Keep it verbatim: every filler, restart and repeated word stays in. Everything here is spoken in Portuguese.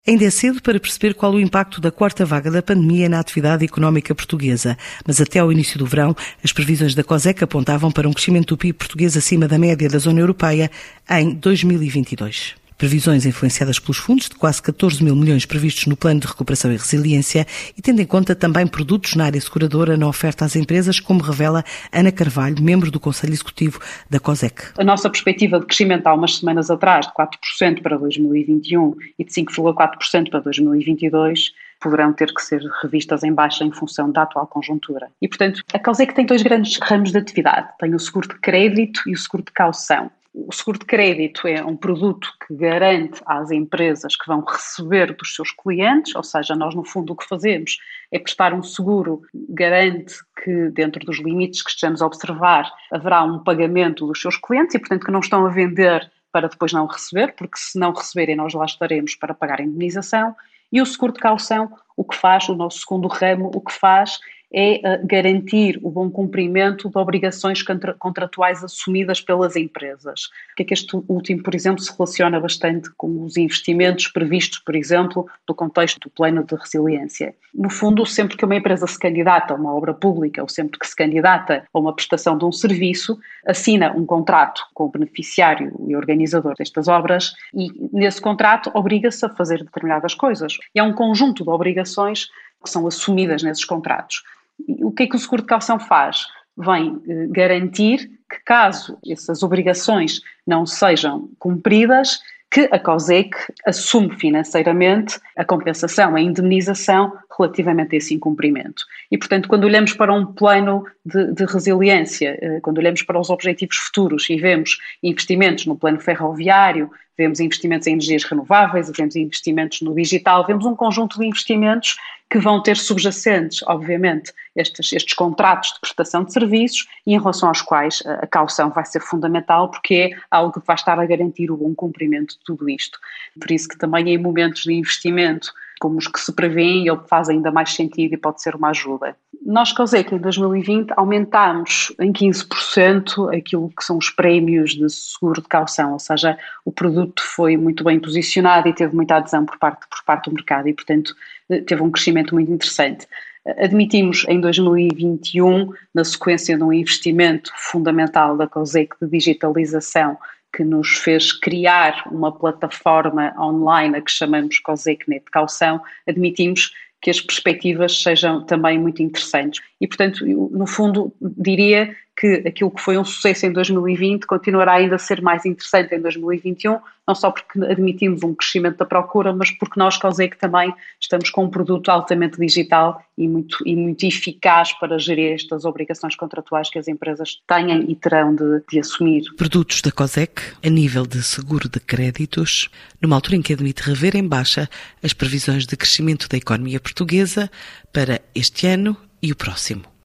Ainda é cedo para perceber qual o impacto da quarta vaga da pandemia na atividade económica portuguesa, mas até ao início do verão, as previsões da COSEC apontavam para um crescimento do P I B português acima da média da zona europeia em dois mil e vinte e dois. Previsões influenciadas pelos fundos de quase catorze mil milhões previstos no Plano de Recuperação e Resiliência e tendo em conta também produtos na área seguradora na oferta às empresas, como revela Ana Carvalho, membro do Conselho Executivo da COSEC. A nossa perspectiva de crescimento há umas semanas atrás, de quatro por cento para dois mil e vinte e um e de cinco vírgula quatro por cento para dois mil e vinte e dois, poderão ter que ser revistas em baixa em função da atual conjuntura. E, portanto, a COSEC tem dois grandes ramos de atividade. Tem o seguro de crédito e o seguro de caução. O seguro de crédito é um produto que garante às empresas que vão receber dos seus clientes, ou seja, nós no fundo o que fazemos é prestar um seguro, garante que dentro dos limites que estejamos a observar haverá um pagamento dos seus clientes e portanto que não estão a vender para depois não receber, porque se não receberem nós lá estaremos para pagar a indemnização. E o seguro de caução, o que faz, o nosso segundo ramo, o que faz é uh, garantir o bom cumprimento de obrigações contra- contratuais assumidas pelas empresas. O que é que este último, por exemplo, se relaciona bastante com os investimentos previstos, por exemplo, no contexto do Plano de Resiliência. No fundo, sempre que uma empresa se candidata a uma obra pública ou sempre que se candidata a uma prestação de um serviço, assina um contrato com o beneficiário e organizador destas obras e, nesse contrato, obriga-se a fazer determinadas coisas. E há um conjunto de obrigações que são assumidas nesses contratos. E o que é que o seguro de caução faz? Vem eh, garantir que, caso essas obrigações não sejam cumpridas, que a COSEC assume financeiramente a compensação, a indemnização relativamente a esse incumprimento. E, portanto, quando olhamos para um plano de, de resiliência, eh, quando olhamos para os objetivos futuros e vemos investimentos no plano ferroviário, vemos investimentos em energias renováveis, vemos investimentos no digital, vemos um conjunto de investimentos que vão ter subjacentes, obviamente, estes, estes contratos de prestação de serviços e em relação aos quais a, a caução vai ser fundamental porque é algo que vai estar a garantir o bom cumprimento de tudo isto. Por isso que também em momentos de investimento como os que se prevêem, ele faz ainda mais sentido e pode ser uma ajuda. Nós, COSEC, em dois mil e vinte, aumentámos em quinze por cento aquilo que são os prémios de seguro de caução, ou seja, o produto foi muito bem posicionado e teve muita adesão por parte, por parte do mercado e, portanto, teve um crescimento muito interessante. Admitimos em dois mil e vinte e um, na sequência de um investimento fundamental da COSEC de digitalização, que nos fez criar uma plataforma online a que chamamos COSECnet Caução, admitimos que as perspectivas sejam também muito interessantes. E, portanto, eu, no fundo, diria que aquilo que foi um sucesso em dois mil e vinte continuará ainda a ser mais interessante em dois mil e vinte e um, não só porque admitimos um crescimento da procura, mas porque nós, COSEC, também estamos com um produto altamente digital e muito, e muito eficaz para gerir estas obrigações contratuais que as empresas têm e terão de, de assumir. Produtos da COSEC, a nível de seguro de créditos, numa altura em que admite rever em baixa as previsões de crescimento da economia portuguesa para este ano e o próximo.